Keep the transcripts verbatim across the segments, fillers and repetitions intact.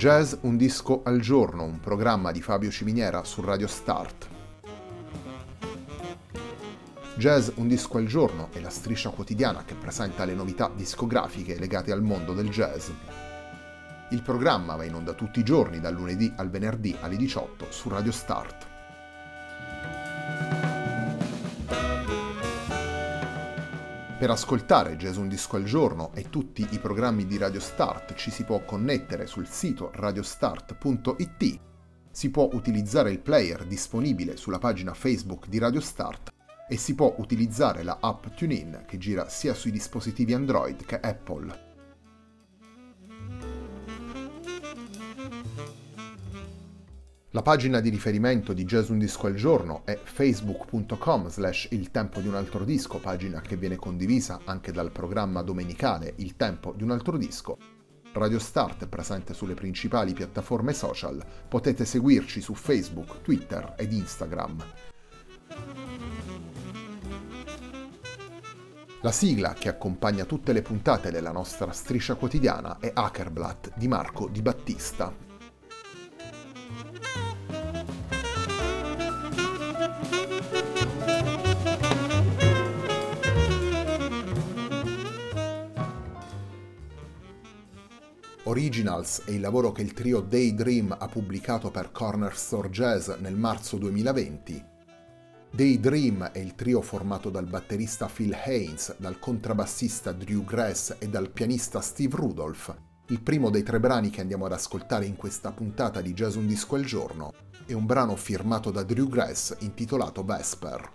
Jazz un disco al giorno, un programma di Fabio Ciminiera su Radio Start. Jazz un disco al giorno è la striscia quotidiana che presenta le novità discografiche legate al mondo del jazz. Il programma va in onda tutti i giorni dal lunedì al venerdì alle diciotto su Radio Start. Per ascoltare Jazz un disco al giorno e tutti i programmi di Radio Start ci si può connettere sul sito radiostart punto it, si può utilizzare il player disponibile sulla pagina Facebook di Radio Start e si può utilizzare la app TuneIn che gira sia sui dispositivi Android che Apple. La pagina di riferimento di Jazz un disco al giorno è facebook punto com slash il tempo di un altro disco, pagina che viene condivisa anche dal programma domenicale Il tempo di un altro disco. Radio Start è presente sulle principali piattaforme social, potete seguirci su Facebook, Twitter ed Instagram. La sigla che accompagna tutte le puntate della nostra striscia quotidiana è Hackerblatt di Marco Di Battista. Originals è il lavoro che il trio Daydream ha pubblicato per Corner Store Jazz nel marzo duemilaventi. Daydream è il trio formato dal batterista Phil Haynes, dal contrabbassista Drew Grass e dal pianista Steve Rudolph. Il primo dei tre brani che andiamo ad ascoltare in questa puntata di Jazz un disco al giorno è un brano firmato da Drew Grass intitolato Vesper.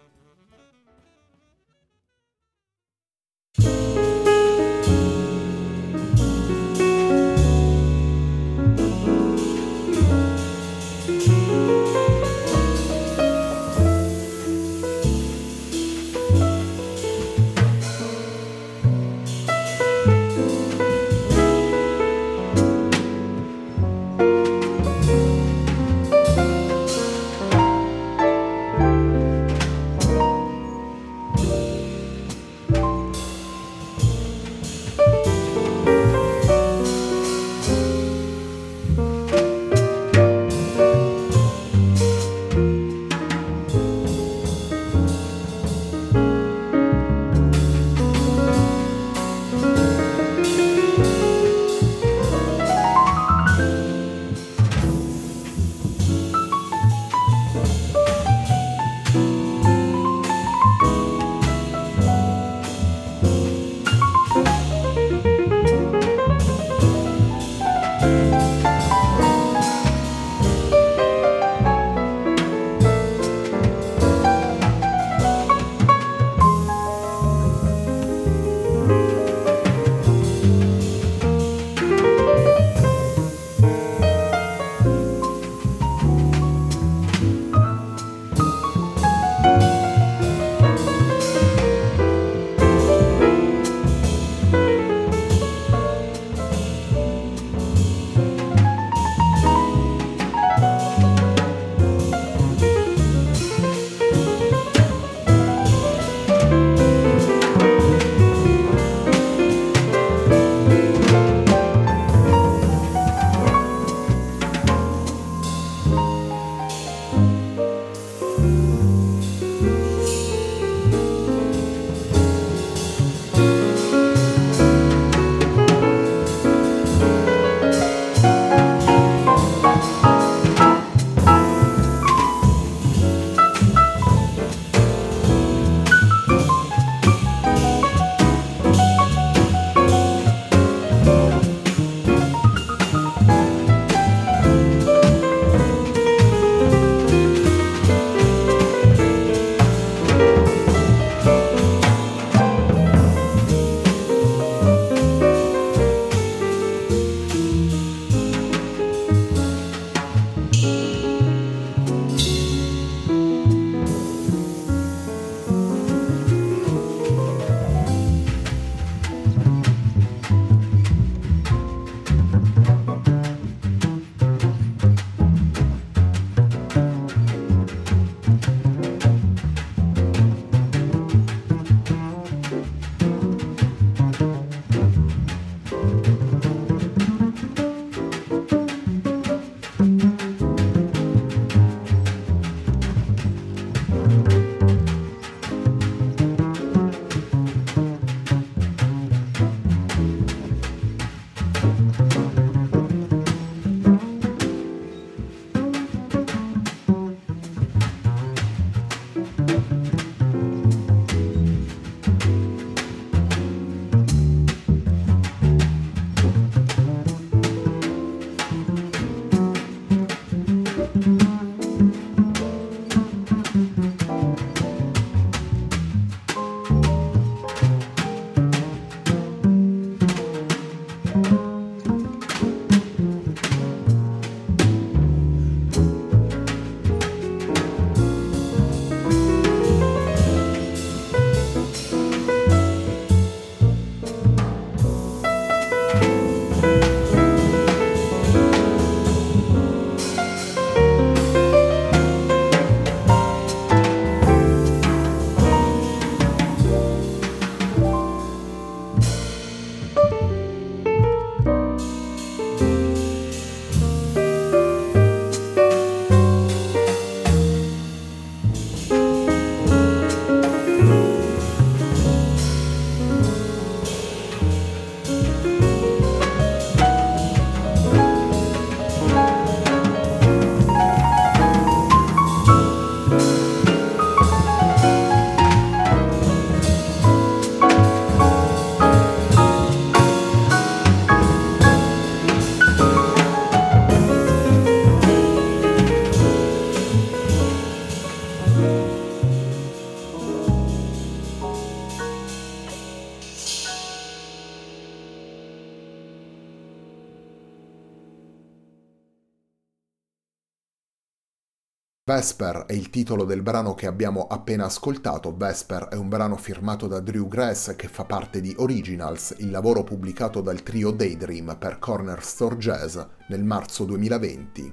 Vesper è il titolo del brano che abbiamo appena ascoltato. Vesper è un brano firmato da Drew Grass che fa parte di Originals, il lavoro pubblicato dal trio Daydream per Corner Store Jazz nel marzo duemilaventi.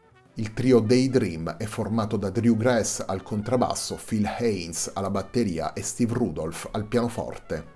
Il trio Daydream è formato da Drew Grass al contrabbasso, Phil Haynes alla batteria e Steve Rudolph al pianoforte.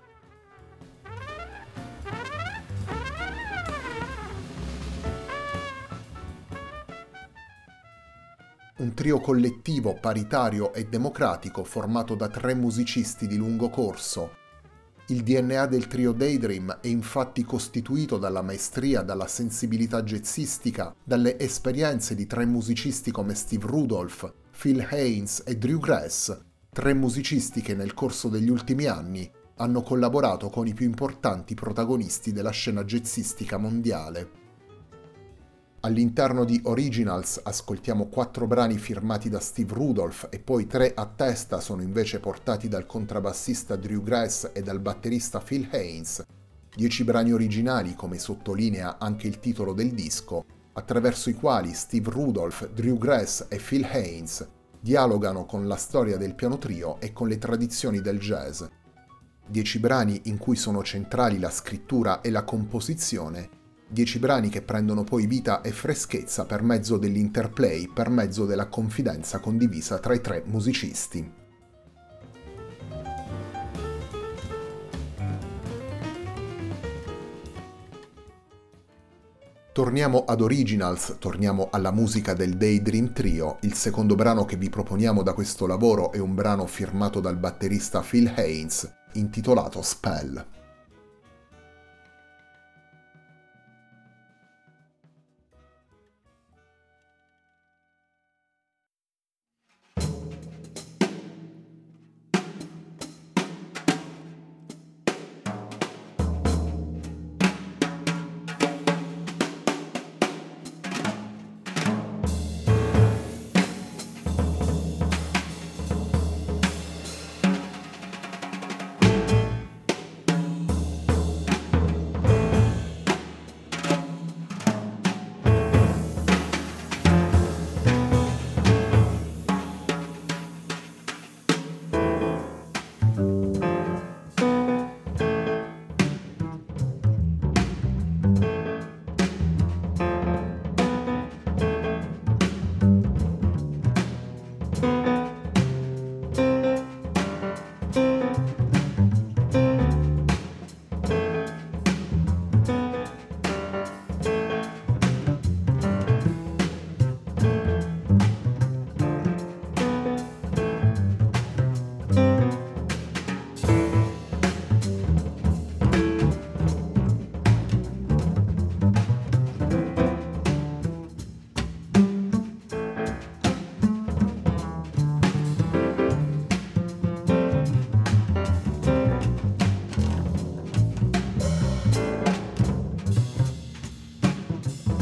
Un trio collettivo, paritario e democratico formato da tre musicisti di lungo corso. Il D N A del trio Daydream è infatti costituito dalla maestria, dalla sensibilità jazzistica, dalle esperienze di tre musicisti come Steve Rudolph, Phil Haynes e Drew Grass, tre musicisti che nel corso degli ultimi anni hanno collaborato con i più importanti protagonisti della scena jazzistica mondiale. All'interno di Originals ascoltiamo quattro brani firmati da Steve Rudolph e poi tre a testa sono invece portati dal contrabbassista Drew Grass e dal batterista Phil Haynes, dieci brani originali come sottolinea anche il titolo del disco, attraverso i quali Steve Rudolph, Drew Grass e Phil Haynes dialogano con la storia del piano trio e con le tradizioni del jazz. Dieci brani in cui sono centrali la scrittura e la composizione, Dieci brani che prendono poi vita e freschezza per mezzo dell'interplay, per mezzo della confidenza condivisa tra i tre musicisti. Torniamo ad Originals, torniamo alla musica del Daydream Trio. Il secondo brano che vi proponiamo da questo lavoro è un brano firmato dal batterista Phil Haynes, intitolato Spell.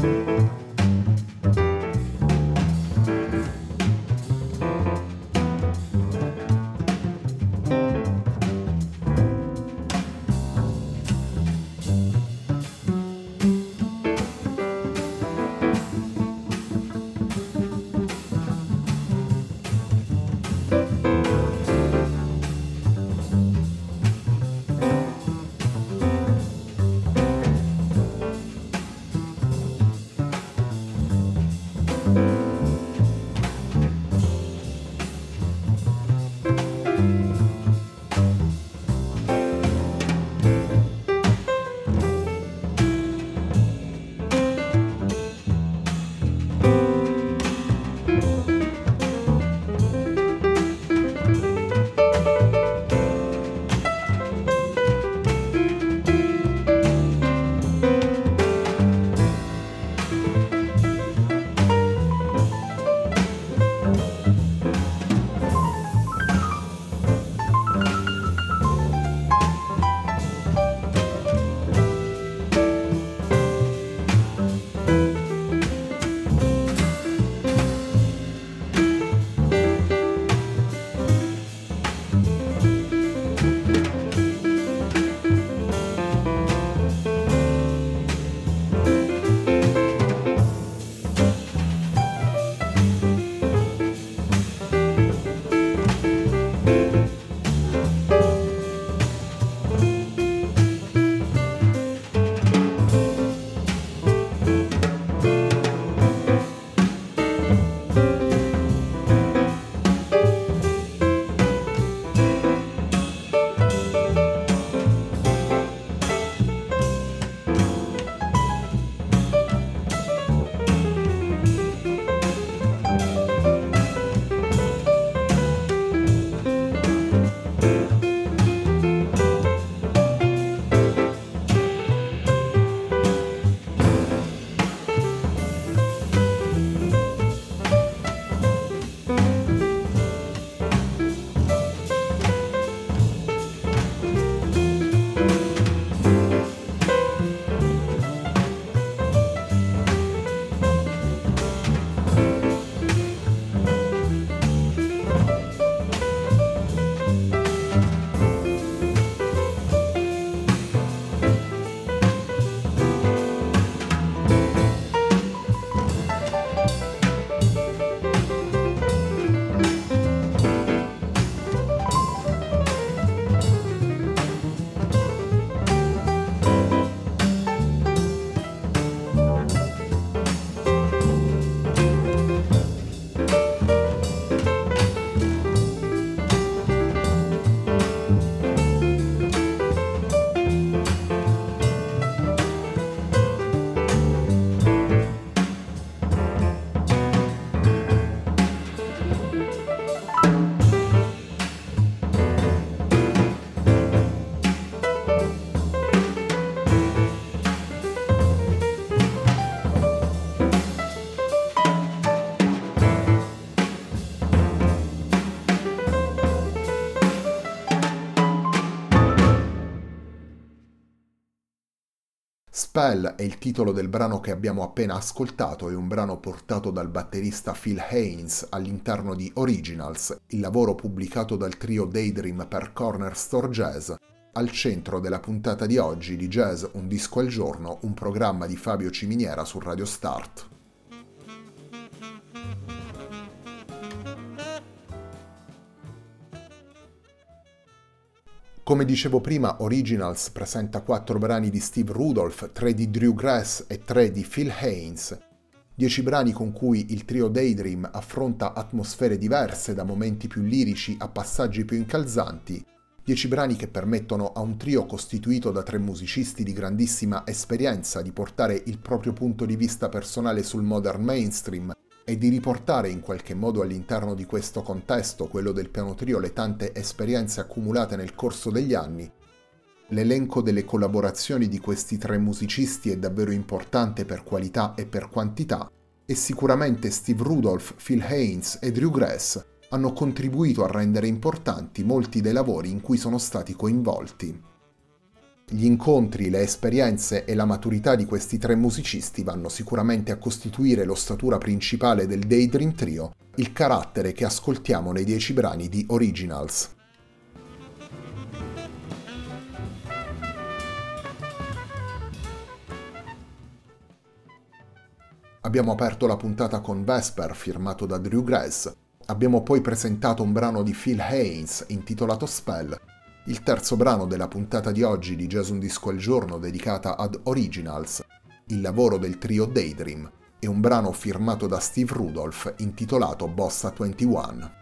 Spell è il titolo del brano che abbiamo appena ascoltato, è un brano portato dal batterista Phil Haynes all'interno di Originals, il lavoro pubblicato dal trio Daydream per Corner Store Jazz, al centro della puntata di oggi di Jazz Un Disco al Giorno, un programma di Fabio Ciminiera su Radio Start. Come dicevo prima, Originals presenta quattro brani di Steve Rudolph, tre di Drew Grass e tre di Phil Haynes. Dieci brani con cui il trio Daydream affronta atmosfere diverse, da momenti più lirici a passaggi più incalzanti. Dieci brani che permettono a un trio costituito da tre musicisti di grandissima esperienza di portare il proprio punto di vista personale sul modern mainstream e di riportare in qualche modo all'interno di questo contesto, quello del piano trio, le tante esperienze accumulate nel corso degli anni. L'elenco delle collaborazioni di questi tre musicisti è davvero importante per qualità e per quantità, e sicuramente Steve Rudolph, Phil Haynes e Drew Grass hanno contribuito a rendere importanti molti dei lavori in cui sono stati coinvolti. Gli incontri, le esperienze e la maturità di questi tre musicisti vanno sicuramente a costituire l'ossatura principale del Daydream Trio, il carattere che ascoltiamo nei dieci brani di Originals. Abbiamo aperto la puntata con Vesper, firmato da Drew Grass. Abbiamo poi presentato un brano di Phil Haynes intitolato Spell, il terzo brano della puntata di oggi di Jazz Un Disco al Giorno dedicata ad Originals, il lavoro del trio Daydream, e un brano firmato da Steve Rudolph intitolato Bossa ventuno.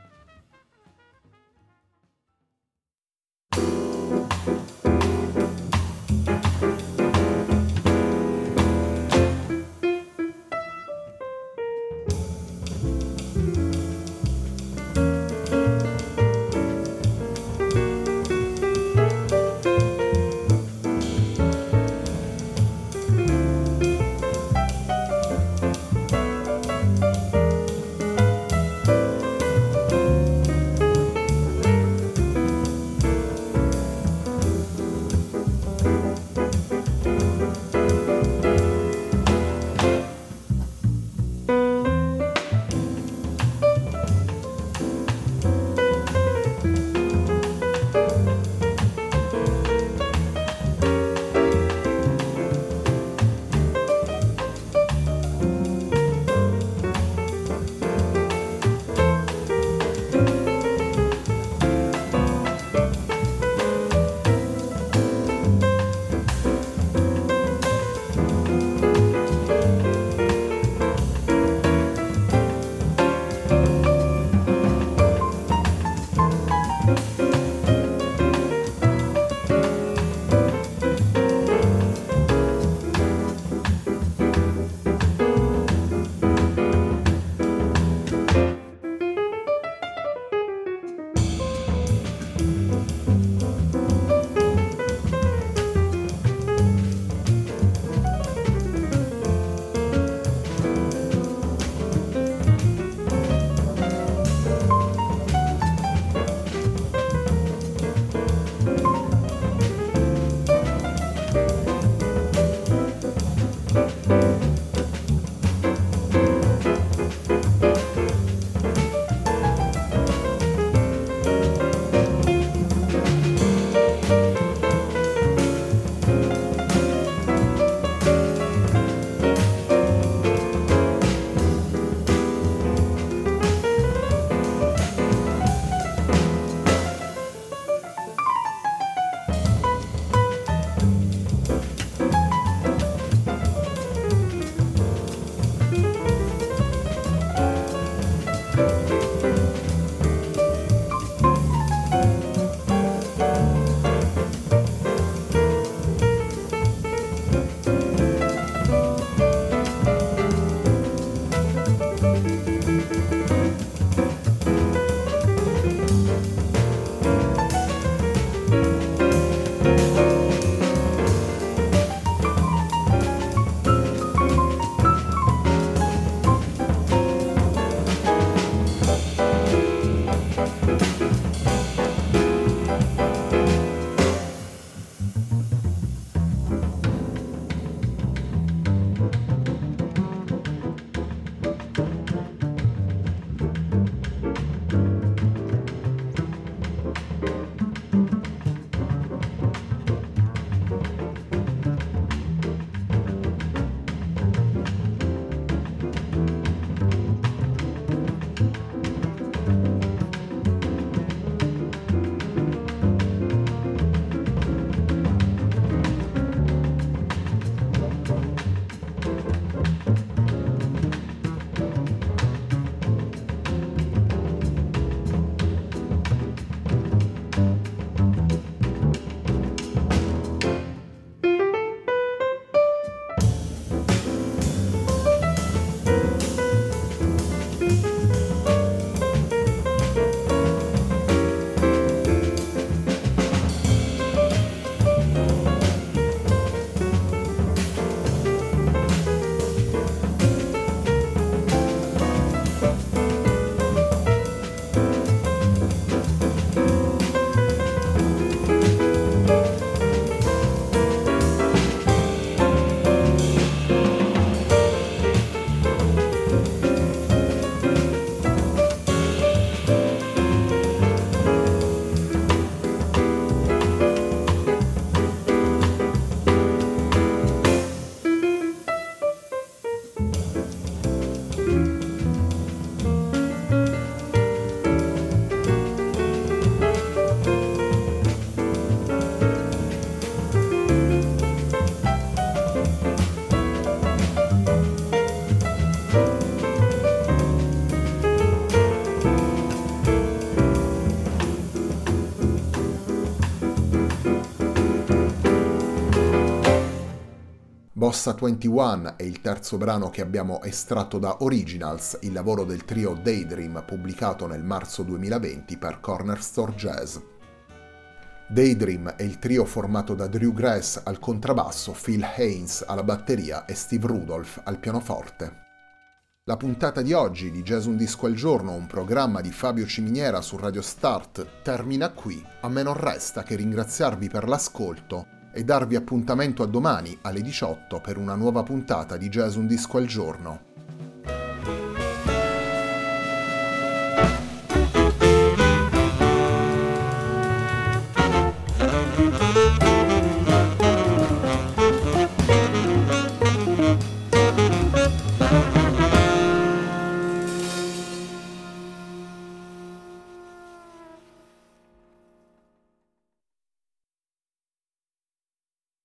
Bossa ventuno è il terzo brano che abbiamo estratto da Originals, il lavoro del trio Daydream pubblicato nel marzo duemilaventi per Corner Store Jazz. Daydream è il trio formato da Drew Grass al contrabbasso, Phil Haynes alla batteria e Steve Rudolph al pianoforte. La puntata di oggi di Jazz Un Disco al Giorno, un programma di Fabio Ciminiera su Radio Start, termina qui. A me non resta che ringraziarvi per l'ascolto e darvi appuntamento a domani alle diciotto per una nuova puntata di Jazz Un Disco al Giorno.